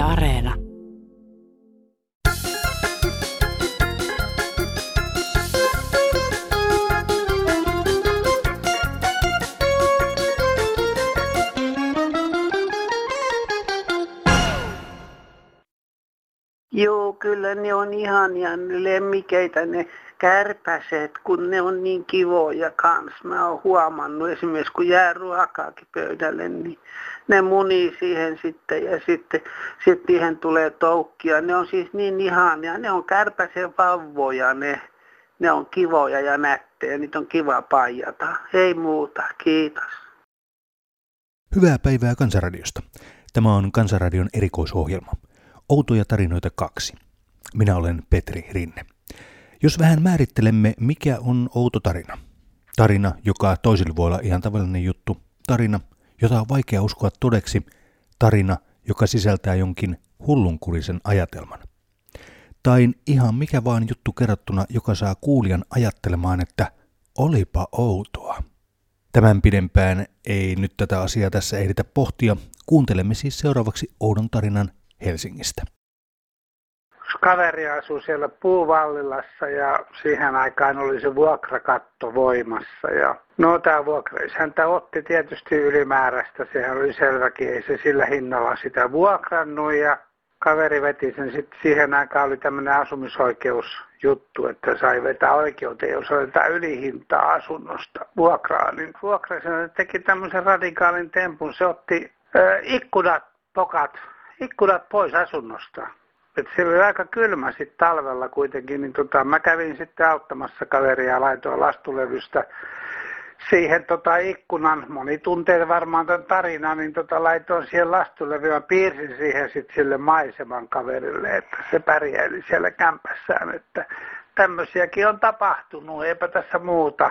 Areena. Joo, kyllä ne on ihania ne lemmikeitä, ne kärpäset, kun ne on niin kivoja kans. Mä oon huomannut esimerkiksi, kun jää ruokaakin pöydälle, niin ne munii siihen sitten ja sitten siihen tulee toukkia. Ne on siis niin ihania, ne on kärpäsen vauvoja, ne on kivoja ja nättejä, niitä on kiva paijata. Ei muuta, kiitos. Hyvää päivää Kansanradiosta. Tämä on Kansanradion erikoisohjelma. Outoja tarinoita 2. Minä olen Petri Rinne. Jos vähän määrittelemme, mikä on outo tarina. Tarina, joka toisille voi olla ihan tavallinen juttu. Tarina, jota on vaikea uskoa todeksi. Tarina, joka sisältää jonkin hullunkurisen ajatelman. Tai ihan mikä vaan juttu kerrottuna, joka saa kuulijan ajattelemaan, että olipa outoa. Tämän pidempään ei nyt tätä asiaa tässä ehditä pohtia. Kuuntelemme siis seuraavaksi oudon tarinan Helsingistä. Kaveri asui siellä Puuvallilassa ja siihen aikaan oli se vuokrakatto voimassa. No tämä vuokraisäntä otti tietysti ylimääräistä, sehän oli selväkin, ei se sillä hinnalla sitä vuokrannut ja kaveri veti sen sitten, siihen aikaan oli tämmöinen asumisoikeusjuttu, että sai vetää oikeuteen, jos otetaan ylihintaa asunnosta vuokraa, niin vuokraisäntä teki tämmöisen radikaalin tempun, se otti ikkunat pois asunnosta. Et siellä oli aika kylmä sitten talvella kuitenkin, niin mä kävin sitten auttamassa kaveria ja laitoin lastulevystä siihen ikkunan, moni tuntee varmaan tämän tarinan, niin laitoin siihen lastulevyyn ja piirsin siihen sitten sille maiseman kaverille, että se pärjäili siellä kämpässään, että tämmöisiäkin on tapahtunut, eipä tässä muuta.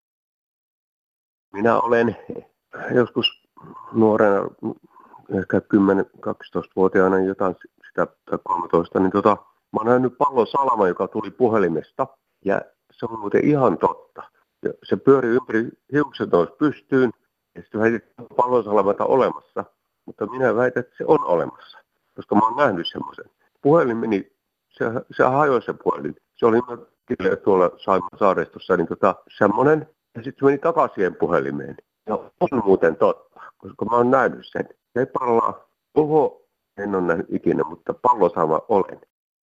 Minä olen joskus nuorena, ehkä 10-12-vuotiaana jotain sitä tai 13, niin mä oon nähnyt pallosalama, joka tuli puhelimesta ja se on muuten ihan totta. Ja se pyöri ympäri, hiukset nousi pystyyn ja sitten väitettiin pallosalamata olemassa, mutta minä väitän, että se on olemassa, koska mä oon nähnyt semmoisen. Puhelin meni, se hajosi se puhelin, se oli tuolla Saimaan saaristossa, niin semmoinen ja sitten se meni takaisin siihen puhelimeen. Ja on muuten totta, koska mä oon nähnyt sen. Se ei pallaa. En ole nähnyt ikinä, mutta pallosalama olen.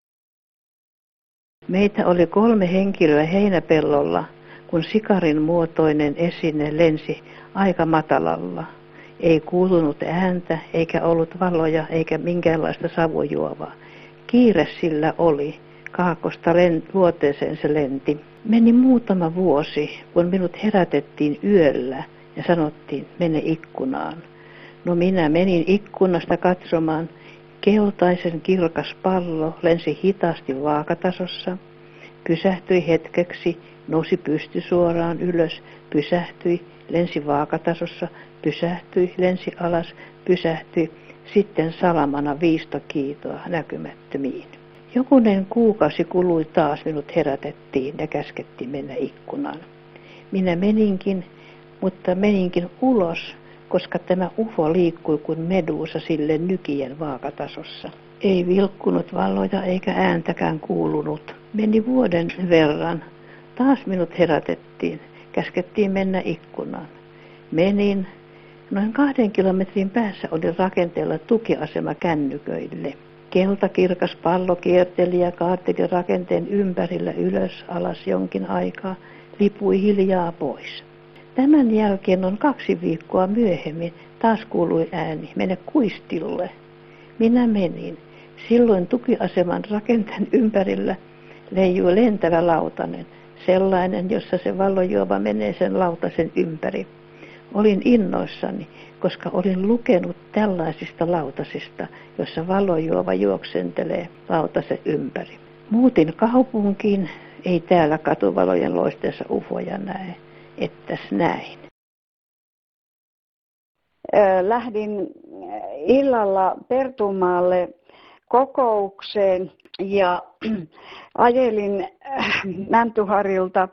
Meitä oli 3 henkilöä heinäpellolla, kun sikarin muotoinen esine lensi aika matalalla. Ei kuulunut ääntä, eikä ollut valoja, eikä minkäänlaista savujuovaa. Kiire sillä oli. Kaakosta luoteeseen se lenti. Meni muutama vuosi, kun minut herätettiin yöllä ja sanottiin, mene ikkunaan. No minä menin ikkunasta katsomaan. Keltaisen kirkas pallo lensi hitaasti vaakatasossa, pysähtyi hetkeksi, nousi pystysuoraan ylös, pysähtyi, lensi vaakatasossa, pysähtyi, lensi alas, pysähtyi, sitten salamana viistokiitoa näkymättömiin. Jokunen kuukausi kului taas, minut herätettiin ja käskettiin mennä ikkunaan. Minä meninkin, mutta meninkin ulos, koska tämä UFO liikkui kuin meduusa sille nykien vaakatasossa. Ei vilkkunut valoja eikä ääntäkään kuulunut. Meni vuoden verran. Taas minut herätettiin. Käskettiin mennä ikkunaan. Menin. Noin 2 kilometrin päässä oli rakenteella tukiasema kännyköille. Keltakirkas pallo kierteli ja kaarteli rakenteen ympärillä ylös alas jonkin aikaa. Lipui hiljaa pois. Tämän jälkeen noin 2 viikkoa myöhemmin taas kuului ääni, mene kuistille. Minä menin. Silloin tukiaseman rakenteen ympärillä leijui lentävä lautanen, sellainen, jossa se vallojuova menee sen lautasen ympäri. Olin innoissani, koska olin lukenut tällaisista lautasista, jossa vallojuova juoksentelee lautasen ympäri. Muutin kaupunkiin, ei täällä katuvalojen loisteessa ufoja näe. Ettäs näin. Lähdin illalla Pertunmaalle kokoukseen ja ajelin Mäntyharjulta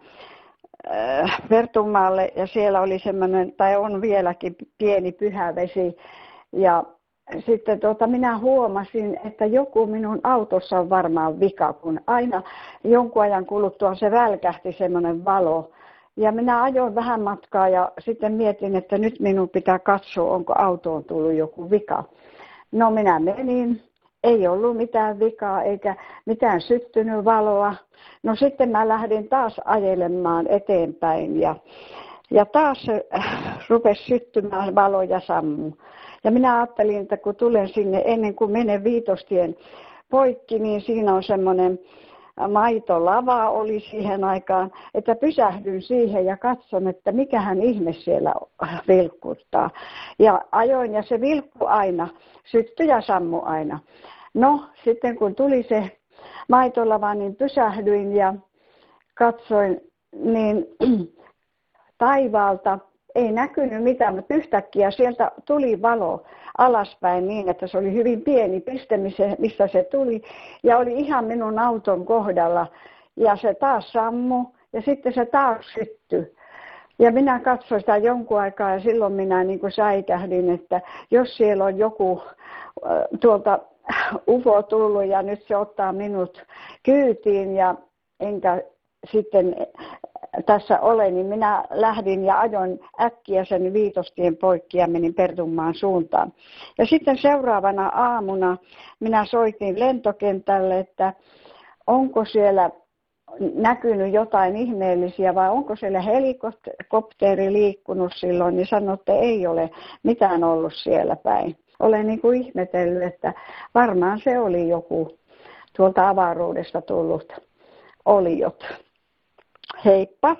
Pertunmaalle ja siellä oli semmoinen, tai on vieläkin pieni pyhävesi ja sitten minä huomasin, että joku minun autossa on varmaan vika, kun aina jonkun ajan kuluttua se välkähti semmoinen valo. Ja minä ajoin vähän matkaa ja sitten mietin, että nyt minun pitää katsoa, onko autoon tullut joku vika. No minä menin, ei ollut mitään vikaa eikä mitään syttynyt valoa. No sitten mä lähdin taas ajelemaan eteenpäin ja taas se rupesi syttymään valo ja sammu. Ja minä ajattelin, että kun tulen sinne ennen kuin menen Viitostien poikki, niin siinä on semmoinen maitolava oli siihen aikaan, että pysähdyn siihen ja katson, että mikähän ihme siellä vilkkuttaa. Ja ajoin ja se vilkku aina, syttyi ja sammu aina. No sitten kun tuli se maitolava, niin pysähdyin ja katsoin, niin taivaalta ei näkynyt mitään, mutta yhtäkkiä sieltä tuli valo alaspäin niin, että se oli hyvin pieni piste, missä se tuli. Ja oli ihan minun auton kohdalla. Ja se taas sammui ja sitten se taas syttyi. Ja minä katsoin sitä jonkun aikaa ja silloin minä niin kuin säikähdin, että jos siellä on joku tuolta UFO tullut ja nyt se ottaa minut kyytiin ja enkä sitten tässä ole, niin minä lähdin ja ajoin äkkiä sen Viitostien poikki ja menin Pertunmaan suuntaan. Ja sitten seuraavana aamuna minä soitin lentokentälle, että onko siellä näkynyt jotain ihmeellisiä vai onko siellä helikopteri liikkunut silloin, niin sanoi, että ei ole mitään ollut siellä päin. Olen niin kuin ihmetellyt, että varmaan se oli joku tuolta avaruudesta tullut oliot. Heippa.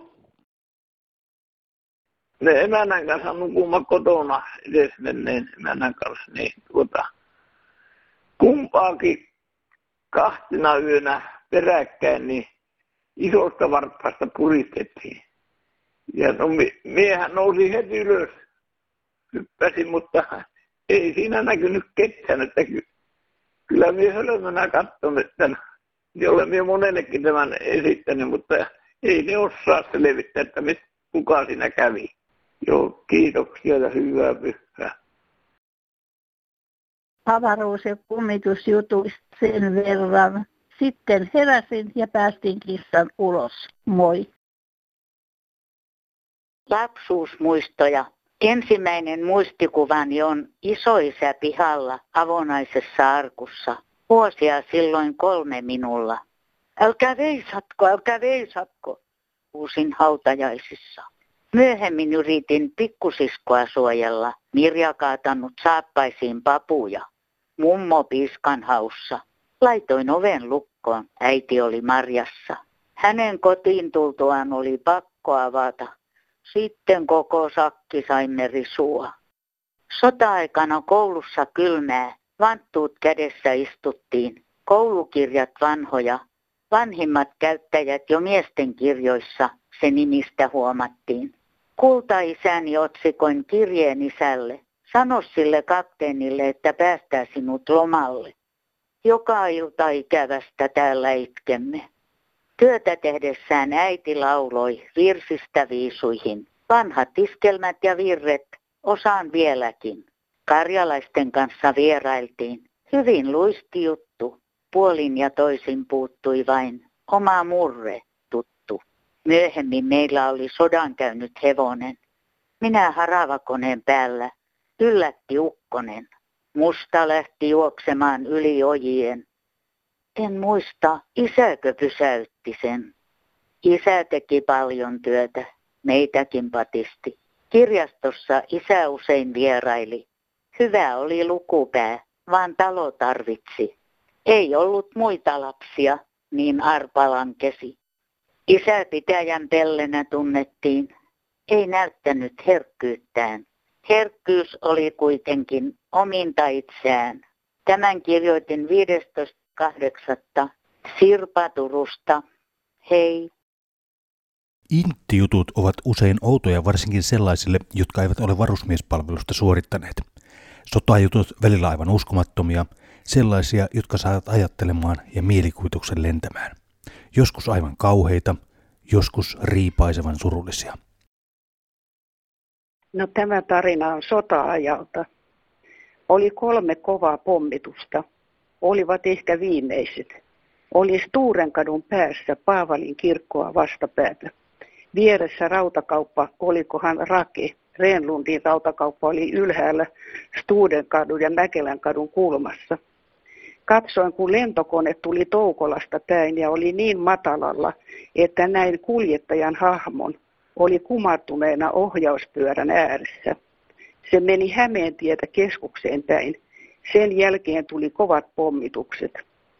Ne emännän kanssa nukumme kotona edesmenneen emännän kanssa, niin kumpaakin 2 yönä peräkkäin niin isosta varpaasta puristettiin. Ja no, miehän nousi heti ylös, hyppäsi, mutta ei siinä näkynyt ketään, että kyllä minä hölmönä katson, että jolle minä monellekin tämän esittänyt, mutta ei ne osaa selvittää, että kuka siinä kävi. Joo, kiitoksia ja hyvää pyhää. Avaruus- ja kummitusjutuista sen verran. Sitten heräsin ja päästin kissan ulos. Moi. Lapsuusmuistoja. Ensimmäinen muistikuvani on isoisä pihalla avonaisessa arkussa. Vuosia silloin 3 minulla. Älkää veisatko, huusin hautajaisissa. Myöhemmin yritin pikkusiskoa suojella. Mirja kaatannut saappaisiin papuja. Mummo piiskan haussa. Laitoin oven lukkoon. Äiti oli marjassa. Hänen kotiin tultuaan oli pakko avata. Sitten koko sakki saimme risua. Sota-aikana koulussa kylmää. Vanttuut kädessä istuttiin. Koulukirjat vanhoja. Vanhimmat käyttäjät jo miesten kirjoissa, se nimistä huomattiin. Kulta-isäni otsikoin kirjeen isälle. Sano sille kapteenille, että päästää sinut lomalle. Joka ilta ikävästä täällä itkemme. Työtä tehdessään äiti lauloi virsistä viisuihin. Vanhat iskelmät ja virret osaan vieläkin. Karjalaisten kanssa vierailtiin. Hyvin luisti juttu. Puolin ja toisin puuttui vain oma murre tuttu. Myöhemmin meillä oli sodan käynyt hevonen. Minä haravakoneen päällä. Yllätti ukkonen. Musta lähti juoksemaan yli ojien. En muista, isäkö pysäytti sen. Isä teki paljon työtä. Meitäkin patisti. Kirjastossa isä usein vieraili. Hyvä oli lukupää, vaan talo tarvitsi. Ei ollut muita lapsia, niin arpa lankesi. Isä pitäjän pellenä tunnettiin. Ei näyttänyt herkkyyttään. Herkkyys oli kuitenkin ominta itseään. Tämän kirjoitin 15.8. Sirpa Turusta. Hei. Intti-jutut ovat usein outoja varsinkin sellaisille, jotka eivät ole varusmiespalvelusta suorittaneet. Sotajutut välillä aivan uskomattomia, sellaisia, jotka saavat ajattelemaan ja mielikuvituksen lentämään. Joskus aivan kauheita, joskus riipaisevan surullisia. No tämä tarina on sota-ajalta. Oli 3 kovaa pommitusta. Olivat ehkä viimeiset. Oli Sturenkadun päässä Paavalin kirkkoa vastapäätä. Vieressä rautakauppa, olikohan Rake. Renlundin rautakauppa oli ylhäällä Sturenkadun ja Mäkelänkadun kulmassa. Katsoin, kun lentokone tuli Toukolasta päin ja oli niin matalalla, että näin kuljettajan hahmon oli kumartuneena ohjauspyörän ääressä. Se meni Hämeentietä keskukseen päin. Sen jälkeen tuli kovat pommitukset.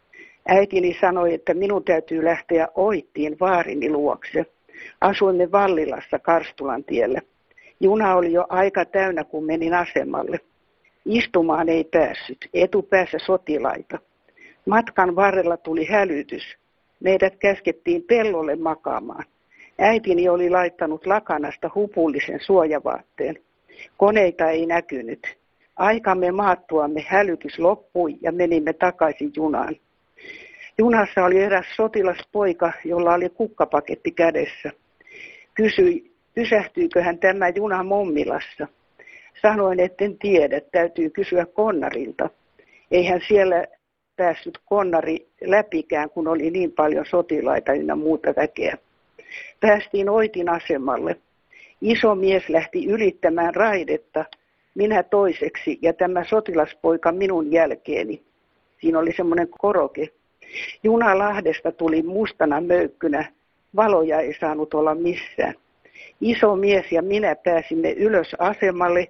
Äitini sanoi, että minun täytyy lähteä Oittiin vaarini luokse. Asuimme Vallilassa Karstulan tiellä. Juna oli jo aika täynnä, kun menin asemalle. Istumaan ei päässyt, etupäässä sotilaita. Matkan varrella tuli hälytys. Meidät käskettiin pellolle makaamaan. Äitini oli laittanut lakanasta hupullisen suojavaatteen. Koneita ei näkynyt. Aikamme maattuamme hälytys loppui ja menimme takaisin junaan. Junassa oli eräs sotilaspoika, jolla oli kukkapaketti kädessä. Kysyi, pysähtyyköhän tämä juna Mommilassa. Sanoin, etten tiedä, täytyy kysyä konnarilta. Eihän siellä päässyt konnari läpikään, kun oli niin paljon sotilaita ynnä muuta väkeä. Päästiin Oitin asemalle. Iso mies lähti ylittämään raidetta, minä toiseksi ja tämä sotilaspoika minun jälkeeni. Siinä oli semmoinen koroke. Juna Lahdesta tuli mustana möykkynä, valoja ei saanut olla missään. Iso mies ja minä pääsimme ylös asemalle.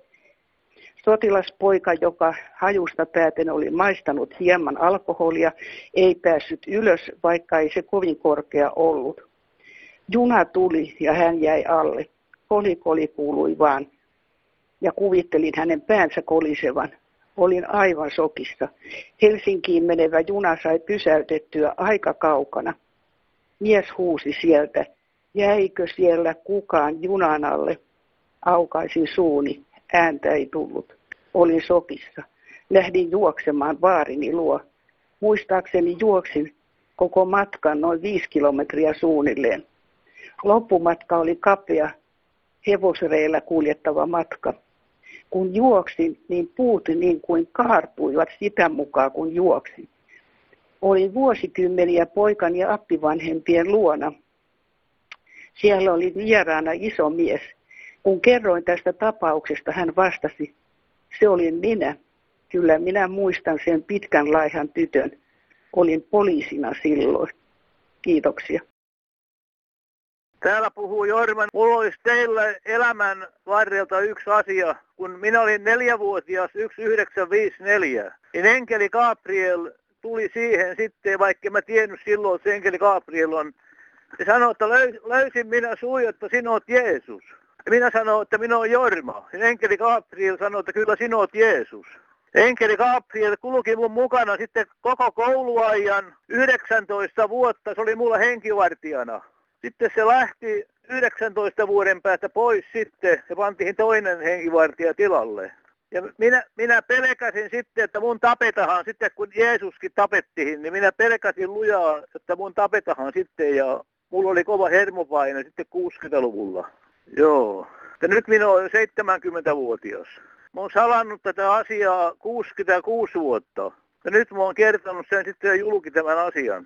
Sotilaspoika, joka hajusta pääten oli maistanut hieman alkoholia, ei päässyt ylös, vaikka ei se kovin korkea ollut. Juna tuli ja hän jäi alle. Koli kuului vaan ja kuvittelin hänen päänsä kolisevan. Olin aivan sokissa. Helsinkiin menevä juna sai pysäytettyä aika kaukana. Mies huusi sieltä, jäikö siellä kukaan junan alle? Aukaisin suuni, ääntä ei tullut. Olin sokissa. Lähdin juoksemaan vaarini luo. Muistaakseni juoksin koko matkan noin 5 kilometriä suunnilleen. Loppumatka oli kapea, hevosreillä kuljettava matka. Kun juoksin, niin puut niin kuin kaartuivat sitä mukaan, kun juoksin. Olin vuosikymmeniä poikani ja appivanhempien luona. Siellä oli vieraana iso mies. Kun kerroin tästä tapauksesta, hän vastasi, se olin minä. Kyllä minä muistan sen pitkän laihan tytön. Olin poliisina silloin. Kiitoksia. Täällä puhuu Jorman. Mulla olisi teillä elämän varrelta yksi asia. Kun minä olin 4-vuotias 1954, niin enkeli Gabriel tuli siihen sitten, vaikka mä tiennyt silloin, että se enkeli Gabriel on. Se sanoi, että löysin minä sui, että sinä oot Jeesus. Ja minä sanoin, että minä olen Jorma. Ja enkeli Gabriel sanoi, että kyllä sinä oot Jeesus. Enkeli Gabriel kulki mun mukana sitten koko kouluajan 19 vuotta. Se oli mulla henkivartijana. Sitten se lähti 19 vuoden päästä pois sitten ja pantiin toinen henkivartija tilalle. Ja minä pelkäsin sitten, että mun tapetahan sitten, kun Jeesuskin tapettiin, niin minä pelkäsin lujaa, että mun tapetahan sitten ja mulla oli kova hermopaine sitten 60-luvulla. Joo. Ja nyt minä olen 70-vuotias. Mä oon salannut tätä asiaa 66 vuotta. Ja nyt mä oon kertonut sen sitten julki tämän asian.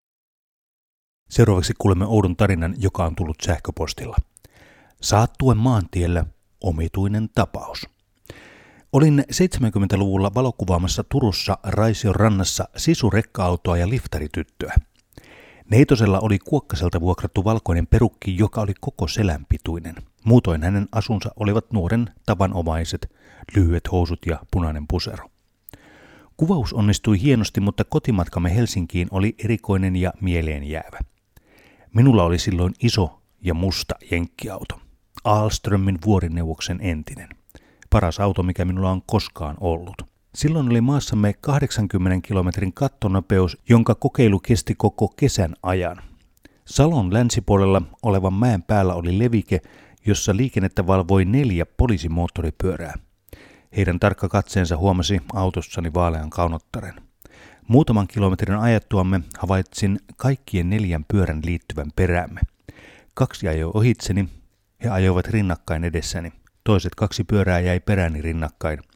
Seuraavaksi kuulemme oudon tarinan, joka on tullut sähköpostilla. Saattuen maantiellä omituinen tapaus. Olin 70-luvulla valokuvaamassa Turussa Raision rannassa sisurekka-autoa ja liftarityttöä. Neitosella oli Kuokkaselta vuokrattu valkoinen perukki, joka oli koko selän pituinen. Muutoin hänen asunsa olivat nuoren tavanomaiset, lyhyet housut ja punainen pusero. Kuvaus onnistui hienosti, mutta kotimatkamme Helsinkiin oli erikoinen ja mieleenjäävä. Minulla oli silloin iso ja musta jenkkiauto. Ahlströmin vuorineuvoksen entinen. Paras auto, mikä minulla on koskaan ollut. Silloin oli maassamme 80 kilometrin kattonopeus, jonka kokeilu kesti koko kesän ajan. Salon länsipuolella olevan mäen päällä oli levike, jossa liikennettä valvoi 4 poliisimoottoripyörää. Heidän tarkka katseensa huomasi autossani vaalean kaunottaren. Muutaman kilometrin ajattuamme havaitsin kaikkien 4 pyörän liittyvän peräämme. 2 ajoi ohitseni, he ajoivat rinnakkain edessäni. Toiset 2 pyörää jäi perääni rinnakkain.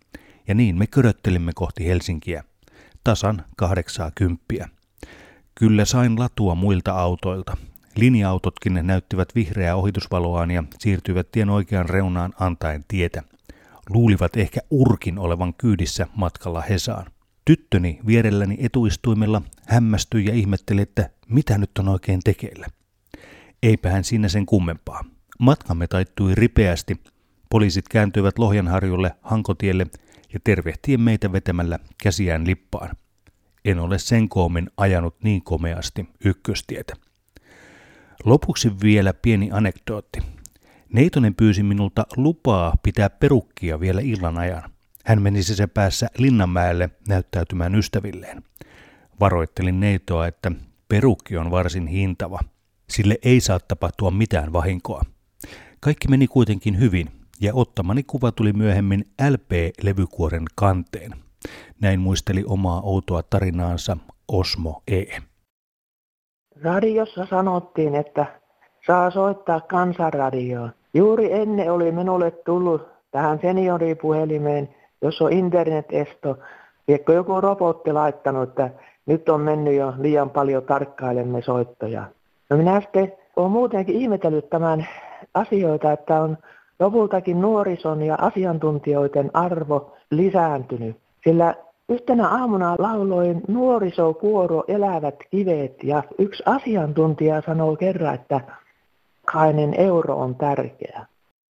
ja niin me köröttelimme kohti Helsinkiä. Tasan 80. Kyllä sain latua muilta autoilta. Linja-autotkin näyttivät vihreää ohitusvaloaan ja siirtyivät tien oikean reunaan antaen tietä. Luulivat ehkä urkin olevan kyydissä matkalla Hesaan. Tyttöni vierelläni etuistuimella hämmästyi ja ihmetteli, että mitä nyt on oikein tekeillä. Eipähän siinä sen kummempaa. Matkamme taittui ripeästi. Poliisit kääntyivät Lohjanharjulle Hankotielle ja tervehtien meitä vetämällä käsiään lippaan. En ole sen koommin ajanut niin komeasti ykköstietä. Lopuksi vielä pieni anekdootti. Neitonen pyysi minulta lupaa pitää perukkia vielä illan ajan. Hän menisi se päässä Linnanmäelle näyttäytymään ystävilleen. Varoittelin neitoa, että perukki on varsin hintava. Sille ei saa tapahtua mitään vahinkoa. Kaikki meni kuitenkin hyvin ja ottamani kuva tuli myöhemmin LP-levykuoren kanteen. Näin muisteli omaa outoa tarinaansa Osmo E. Radiossa sanottiin, että saa soittaa Kansanradioon. Juuri ennen oli minulle tullut tähän senioripuhelimeen, jos on internet-esto. Liekö joku robotti laittanut, että nyt on mennyt jo liian paljon tarkkailemme soittoja. No minä sitten olen muutenkin ihmetellyt tämän asioita, että on lopultakin nuorison ja asiantuntijoiden arvo lisääntynyt. Sillä yhtenä aamuna lauloin nuorisokuoro Elävät kivet ja yksi asiantuntija sanoi kerran, että jokainen euro on tärkeä.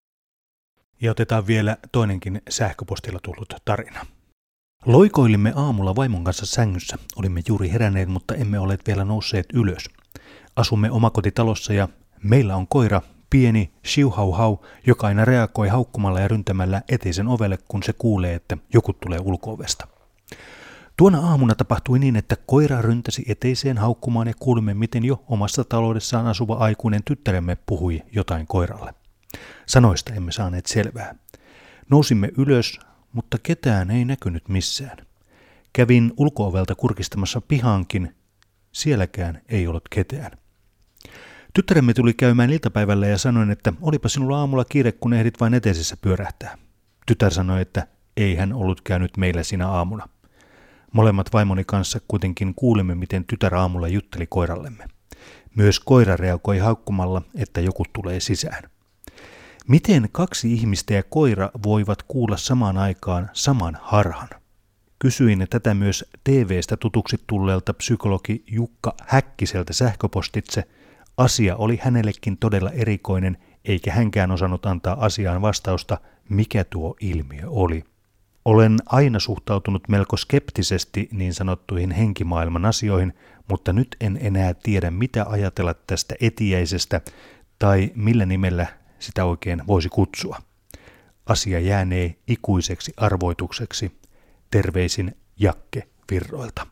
Ja otetaan vielä toinenkin sähköpostilla tullut tarina. Loikoilimme aamulla vaimon kanssa sängyssä. Olimme juuri heränneet, mutta emme olleet vielä nousseet ylös. Asumme omakotitalossa ja meillä on koira, pieni shiuhauhau, joka aina reagoi haukkumalla ja ryntämällä eteisen ovelle, kun se kuulee, että joku tulee ulko-ovesta. Tuona aamuna tapahtui niin, että koira ryntäsi eteiseen haukkumaan ja kuulimme, miten jo omassa taloudessaan asuva aikuinen tyttäremme puhui jotain koiralle. Sanoista emme saaneet selvää. Nousimme ylös, mutta ketään ei näkynyt missään. Kävin ulko-ovelta kurkistamassa pihaankin, sielläkään ei ollut ketään. Tyttäremme tuli käymään iltapäivällä ja sanoin, että olipa sinulla aamulla kiire, kun ehdit vain eteisessä pyörähtää. Tytär sanoi, että ei hän ollut käynyt meillä sinä aamuna. Molemmat vaimoni kanssa kuitenkin kuulimme, miten tytär aamulla jutteli koirallemme. Myös koira reagoi haukkumalla, että joku tulee sisään. Miten kaksi ihmistä ja koira voivat kuulla samaan aikaan saman harhan? Kysyin tätä myös TV:stä tutuksi tulleelta psykologi Jukka Häkkiseltä sähköpostitse. Asia oli hänellekin todella erikoinen, eikä hänkään osannut antaa asiaan vastausta, mikä tuo ilmiö oli. Olen aina suhtautunut melko skeptisesti niin sanottuihin henkimaailman asioihin, mutta nyt en enää tiedä, mitä ajatella tästä etiäisestä tai millä nimellä sitä oikein voisi kutsua. Asia jäänee ikuiseksi arvoitukseksi. Terveisin Jakke Virroilta.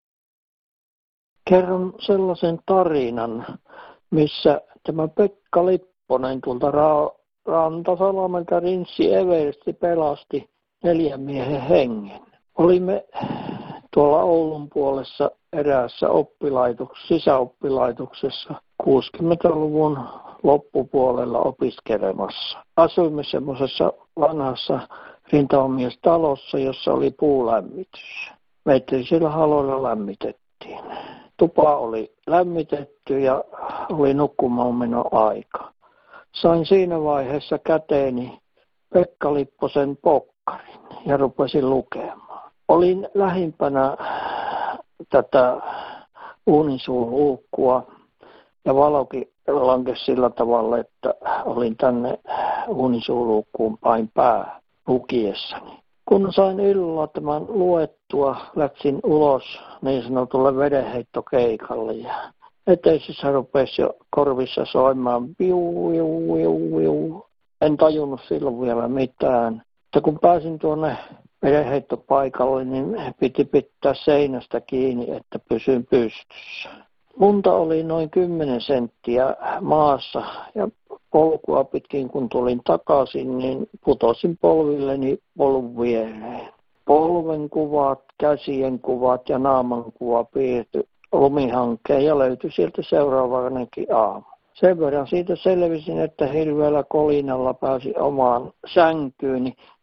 Kerron sellaisen tarinan, missä tämä Pekka Lipponen tuolta Rantasalmelta Rinssi Eversti pelasti 4 miehen hengen. Olimme tuolla Oulun puolessa eräässä sisäoppilaitoksessa 60-luvun loppupuolella opiskelemassa. Asuimme semmoisessa vanhassa rintamamiestalossa, jossa oli puulämmitys. Metrisillä haloilla lämmitettiin. Tupa oli lämmitetty ja oli nukkumaanmeno aika. Sain siinä vaiheessa käteeni Pekka Lipposen pokkarin ja rupesin lukemaan. Olin lähimpänä tätä uunisuuluukkua ja valokin lankesi sillä tavalla, että olin tänne uunisuuluukkuun päin pää lukiessani. Kun sain illalla tämän luettua, läksin ulos niin sanotulle vedenheittokeikalle ja eteisessä rupesi jo korvissa soimaan viu, viu, viu, viu. En tajunnut silloin vielä mitään. Mutta kun pääsin tuonne vedenheittopaikalle, niin piti pitää seinästä kiinni, että pysyin pystyssä. Lunta oli noin 10 senttiä maassa ja polkua pitkin kun tulin takaisin, niin putosin polvilleni polun viereen. Polven kuvat, käsien kuvat ja naaman kuva piirtyi lumihankkeen ja löytyi sieltä seuraavanakin aamu. Sen verran siitä selvisin, että hirveällä kolinalla pääsi omaan sänkyyni.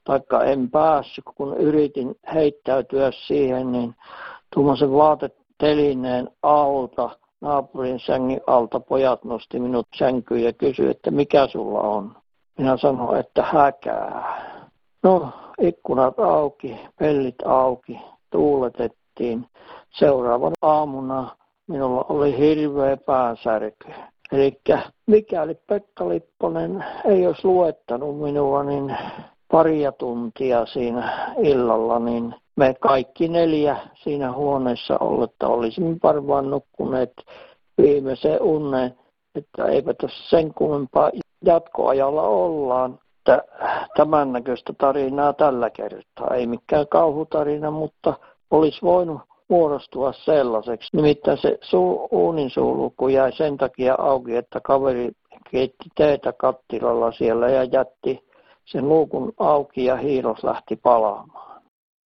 taikka en päässyt, kun yritin heittäytyä siihen, niin tuommoisen vaatetelineen alta, naapurin sängin alta, pojat nosti minut sänkyyn ja kysyi, että mikä sulla on. Minä sanoin, että häkää. No, ikkunat auki, pellit auki, tuuletettiin. Seuraavana aamuna minulla oli hirveä päänsärky. Eli mikäli Pekka Lipponen ei olisi luettanut minua niin paria tuntia siinä illalla, niin me kaikki 4 siinä huoneessa olletta olisimme varmaan nukkuneet viimeiseen unneen, että eipä tässä sen kummempaa jatkoajalla ollaan. Tämän näköistä tarinaa tällä kertaa. Ei mikään kauhutarina, mutta olisi voinut muodostua sellaiseksi. Nimittäin se uuninsuuluku jäi sen takia auki, että kaveri keitti teetä kattilalla siellä ja jätti sen luukun auki ja hiiros lähti palaamaan.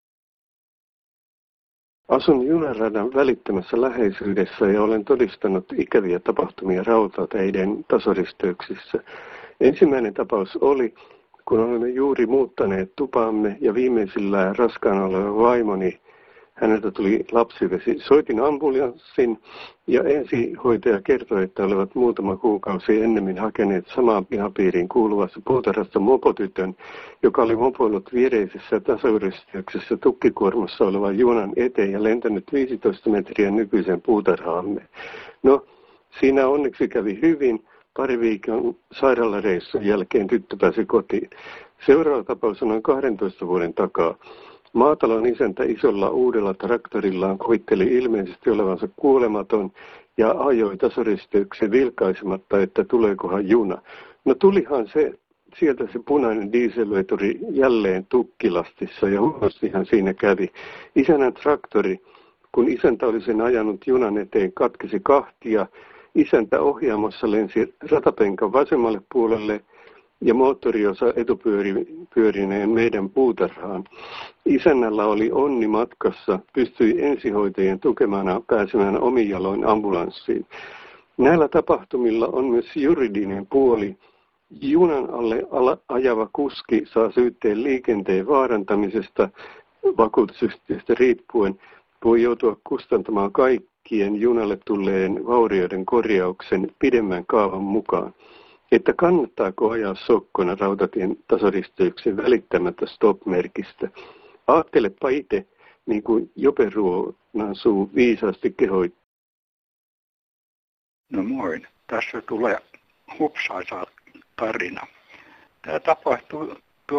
Asun junaradan välittömässä läheisyydessä ja olen todistanut ikäviä tapahtumia rautateiden tasoristeyksissä. Ensimmäinen tapaus oli, kun olemme juuri muuttaneet tupaamme ja viimeisillään raskaana oleva vaimoni, häneltä tuli lapsivesi. Soitin ambulanssin ja ensihoitaja kertoi, että olivat muutama kuukausi ennemmin hakeneet samaan pihapiiriin kuuluvassa puutarhassa mopotytön, joka oli mopoillut viereisessä tasoristeyksessä tukkikuormassa olevan junan eteen ja lentänyt 15 metriä nykyisen puutarhaamme. No, siinä onneksi kävi hyvin. Pari viikon sairaalareissun jälkeen tyttö pääsi kotiin. Seuraava tapaus on noin 12 vuoden takaa. Maatalon isäntä isolla uudella traktorillaan kuvitteli ilmeisesti olevansa kuolematon ja ajoi tasoristeyksen vilkaisematta, että tuleekohan juna. No tulihan sieltä se punainen dieselveturi jälleen tukkilastissa ja huonostihan siinä kävi. Isännän traktori, kun isäntä oli sen ajanut junan eteen, katkesi kahtia. Isäntä ohjaamossa lensi ratapenkan vasemmalle puolelle ja moottoriosa etupyörineen meidän puutarhaan. Isännällä oli onni matkassa, pystyi ensihoitajien tukemana pääsemään omin jaloin ambulanssiin. Näillä tapahtumilla on myös juridinen puoli. Junan alle ajava kuski saa syytteen liikenteen vaarantamisesta vakuutusyhtiöstä riippuen. Voi joutua kustantamaan kaikkien junalle tulleen vaurioiden korjauksen pidemmän kaavan mukaan. Että kannattaako ajaa sokkona rautatien tasoristeyksen välittämättä stop-merkistä. Aattelepa itse, niin kuin Jope Ruonan suu viisaasti kehoitti. No moin, tässä tulee hupsaisa tarina. Tämä tapahtui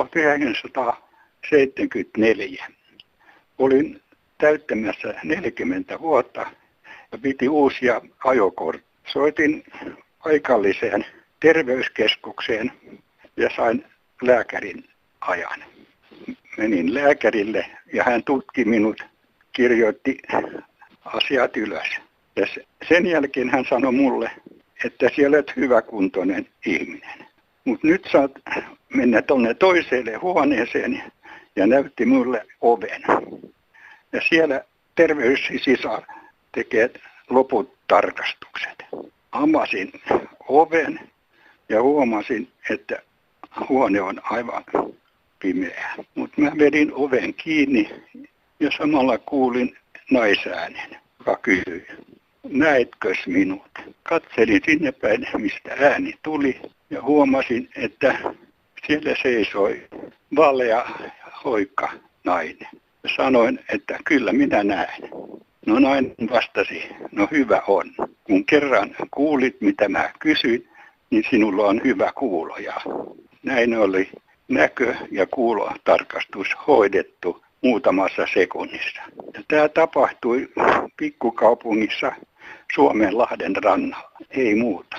1974. Olin täyttämässä 40 vuotta ja piti uusia ajokortteja. Soitin paikalliseen terveyskeskukseen ja sain lääkärin ajan. Menin lääkärille ja hän tutki minut, kirjoitti asiat ylös. Ja sen jälkeen hän sanoi mulle, että siellä olet hyväkuntoinen ihminen. Mutta nyt saat mennä tuonne toiselle huoneeseen ja näytti mulle oven. Ja siellä terveyssisar tekee loput tarkastukset. Avasin oven ja huomasin, että huone on aivan pimeä. Mutta mä vedin oven kiinni ja samalla kuulin naisäänen, joka kysyi, näetkös minut? Katselin sinne päin, mistä ääni tuli ja huomasin, että siellä seisoi valea hoikka nainen. Sanoin, että kyllä minä näen. No nainen vastasi, no hyvä on. Kun kerran kuulit, mitä mä kysyin, niin sinulla on hyvä kuulo. Ja näin oli näkö- ja kuulotarkastus hoidettu muutamassa sekunnissa. Ja tämä tapahtui pikkukaupungissa Suomenlahden rannalla, ei muuta.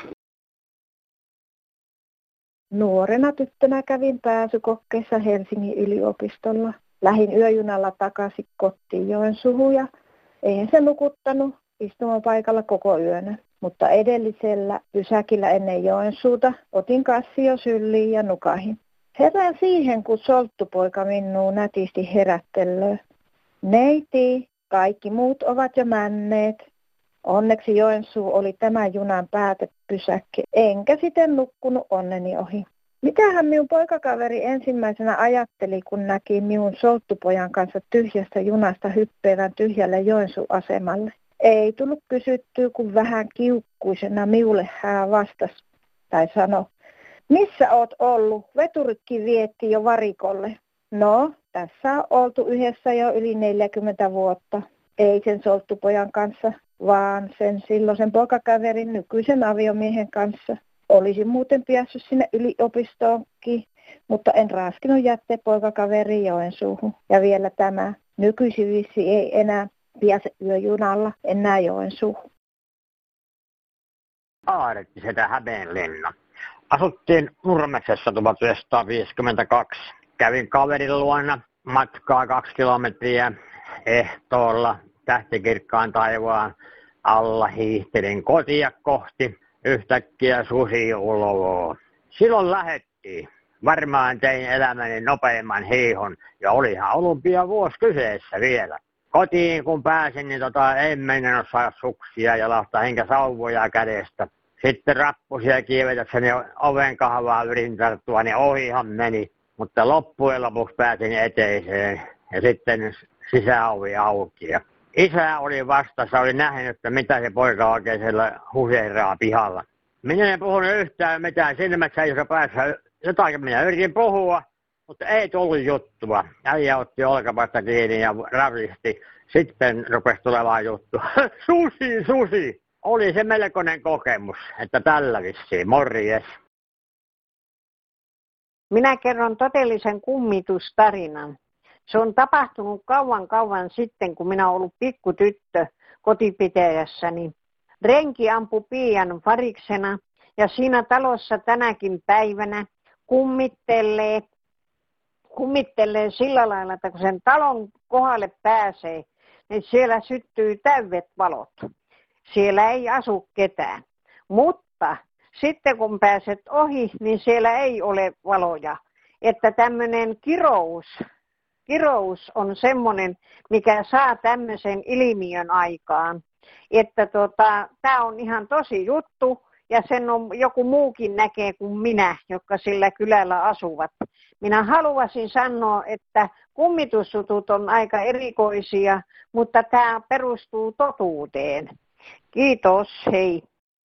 Nuorena tyttönä kävin pääsykokkeessa Helsingin yliopistolla. Lähdin yöjunalla takaisin kotiin Joensuuhun ja eihän se nukuttanut istumapaikalla koko yönä. Mutta edellisellä pysäkillä ennen Joensuuta otin kassio sylliin ja nukahin. Herään siihen, kun solttupoika minua nätisti herättelöö. Neiti, kaikki muut ovat jo männeet. Onneksi Joensuu oli tämän junan päätepysäkki, enkä siten nukkunut onneni ohi. Mitähän minun poikakaveri ensimmäisenä ajatteli, kun näki minun solttupojan kanssa tyhjästä junasta hyppäävän tyhjälle Joensuun asemalle? Ei tullut kysyttyä, kun vähän kiukkuisena minulle hän vastasi tai sanoi, missä oot ollut? Veturitkin vietti jo varikolle. No, tässä on oltu yhdessä jo yli 40 vuotta. Ei sen solttupojan kanssa, vaan sen silloisen poikakaverin nykyisen aviomiehen kanssa. Olisin muuten päässyt sinne yliopistoonkin, mutta en raaskinut jättää poikakaveri Joensuuhun. Ja vielä tämä, nykyisin vissi ei enää pääse yöjunalla enää Joensuuhun. Aaretti setä Hämeenlinna. Asuttiin Nurmeksessa 1952. Kävin kaverin luona matkaa 2 kilometriä ehtoolla tähtikirkkaan taivaan alla, hiihtelin kotia kohti. Yhtäkkiä susi ulvoo. Silloin lähettiin. Varmaan tein elämäni nopeimman hiihon ja olihan olympiavuosi kyseessä vielä. Kotiin kun pääsin, niin en mennyt saa suksia ja lahtaa enkä sauvoja kädestä. Sitten rappusia kiivetäkseni oven kahvaa yritin tarttua, niin ohihan meni. Mutta loppujen lopuksi pääsin eteiseen ja sitten sisäovi auki. Isä oli vastassa, oli nähnyt, että mitä se poika oikein siellä huseeraa pihalla. Minä en puhunut yhtään mitään, silmät seisoi päässä. Jotakin minä yritin puhua, mutta ei tullut juttua. Äijä otti olkapäästä kiinni ja ravisti. Sitten rupesi tulemaan juttu. Susi! Oli se melkoinen kokemus, että tällä vissiin. Morjes. Minä kerron todellisen kummitustarinan. Se on tapahtunut kauan sitten, kun minä olen ollut pikkutyttö kotipitäjässäni. Renki ampui piian variksena ja siinä talossa tänäkin päivänä kummittelee sillä lailla, että kun sen talon kohdalle pääsee, niin siellä syttyy täydet valot. Siellä ei asu ketään. Mutta sitten kun pääset ohi, niin siellä ei ole valoja. Että tämmöinen kirous on semmoinen, mikä saa tämmöisen ilmiön aikaan. Että tämä on ihan tosi juttu ja sen on joku muukin näkee kuin minä, jotka sillä kylällä asuvat. Minä haluaisin sanoa, että kummitusjutut on aika erikoisia, mutta tämä perustuu totuuteen. Kiitos, hei.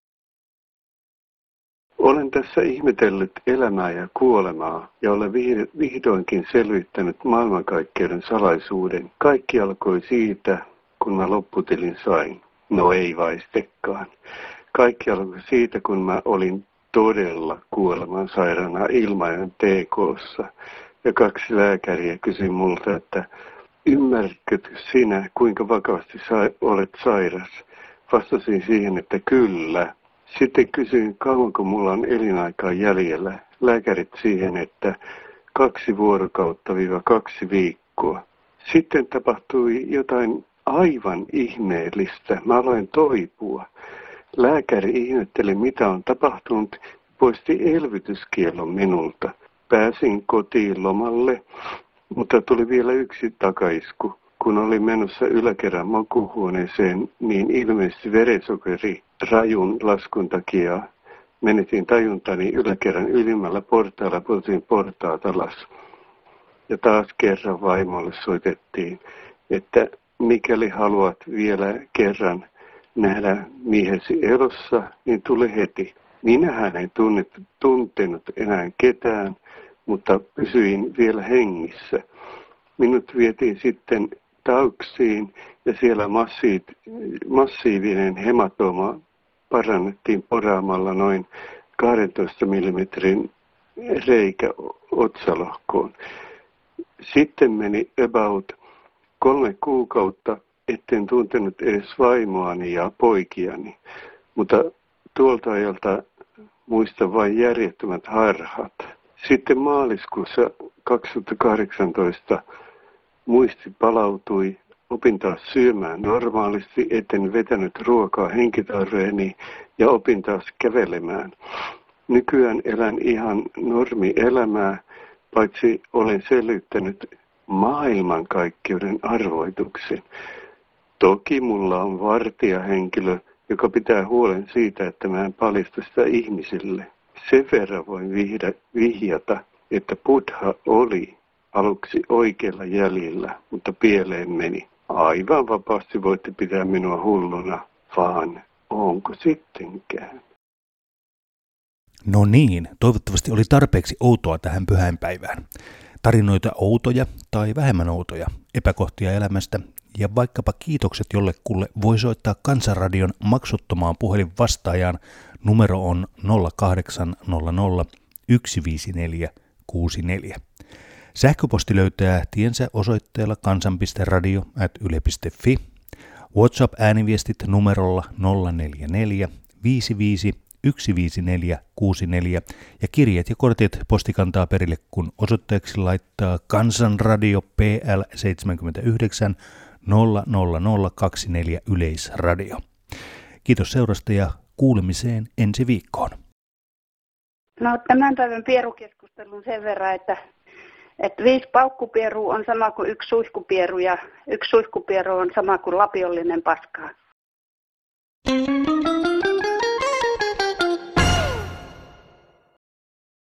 Olen tässä ihmetellyt elämää ja kuolemaa ja olen vihdoinkin selvittänyt maailmankaikkeuden salaisuuden. Kaikki alkoi siitä, kun mä lopputilin sain. No ei vaistekaan. Kaikki alkoi siitä, kun mä olin todella kuolemansairaana Ilmajoen TK:ssa. Ja 2 lääkäriä kysyi multa, että ymmärrätkö sinä, kuinka vakavasti olet sairas? Vastasin siihen, että kyllä. Sitten kysyin, kauanko mulla on elinaikaa jäljellä. Lääkärit siihen, että 2 vuorokautta-2 viikkoa. Sitten tapahtui jotain aivan ihmeellistä. Mä aloin toipua. Lääkäri ihmetteli, mitä on tapahtunut, poisti elvytyskiellon minulta. Pääsin kotiin lomalle, mutta tuli vielä yksi takaisku. Kun olin menossa yläkerran makuuhuoneeseen, niin ilmeisesti verensokeri rajun laskun takia menetin tajuntani yläkerran ylimmällä portaalla, putosin portaat alas. Ja taas kerran vaimolle soitettiin, että mikäli haluat vielä kerran nähdä miehesi elossa, niin tule heti. Minähän en tuntenut enää ketään, mutta pysyin vielä hengissä. Minut vietiin sitten tauksiin ja siellä massiivinen hematoma parannettiin poraamalla noin 12 millimetrin reikä otsalohkoon. Sitten meni about 3 kuukautta, etten tuntenut edes vaimoani ja poikiani, mutta tuolta ajalta muistan vain järjettömät harhat. Sitten maaliskuussa 2018 muisti palautui, opin taas syömään normaalisti, etten vetänyt ruokaa henkitarveeni ja opin taas kävelemään. Nykyään elän ihan normielämää, paitsi olen selvittänyt maailmankaikkeuden arvoituksen. Toki mulla on vartijahenkilö, joka pitää huolen siitä, että mä en paljasta sitä ihmisille. Sen verran voin vihjata, että Buddha oli aluksi oikealla jäljellä, mutta pieleen meni. Aivan vapaasti voitte pitää minua hulluna, vaan onko sittenkään? No niin, toivottavasti oli tarpeeksi outoa tähän pyhäinpäivään. Tarinoita outoja tai vähemmän outoja, epäkohtia elämästä ja vaikkapa kiitokset jollekulle voi soittaa Kansanradion maksuttomaan puhelinvastaajaan. Numero on 0800 154 64. Sähköposti löytää tiensä osoitteella kansan.radio@yle.fi. WhatsApp-ääniviestit numerolla 044 55 154 64 ja kirjeet ja kortit postikantaa perille, kun osoitteeksi laittaa Kansanradio PL 79 00024 Yleisradio. Kiitos seurasta ja kuulemiseen ensi viikkoon. No tämän päivän pierukeskustelun sen verran, että 5 paukkupierua on sama kuin 1 suihkupieru ja 1 suihkupieru on sama kuin lapiollinen paskaa.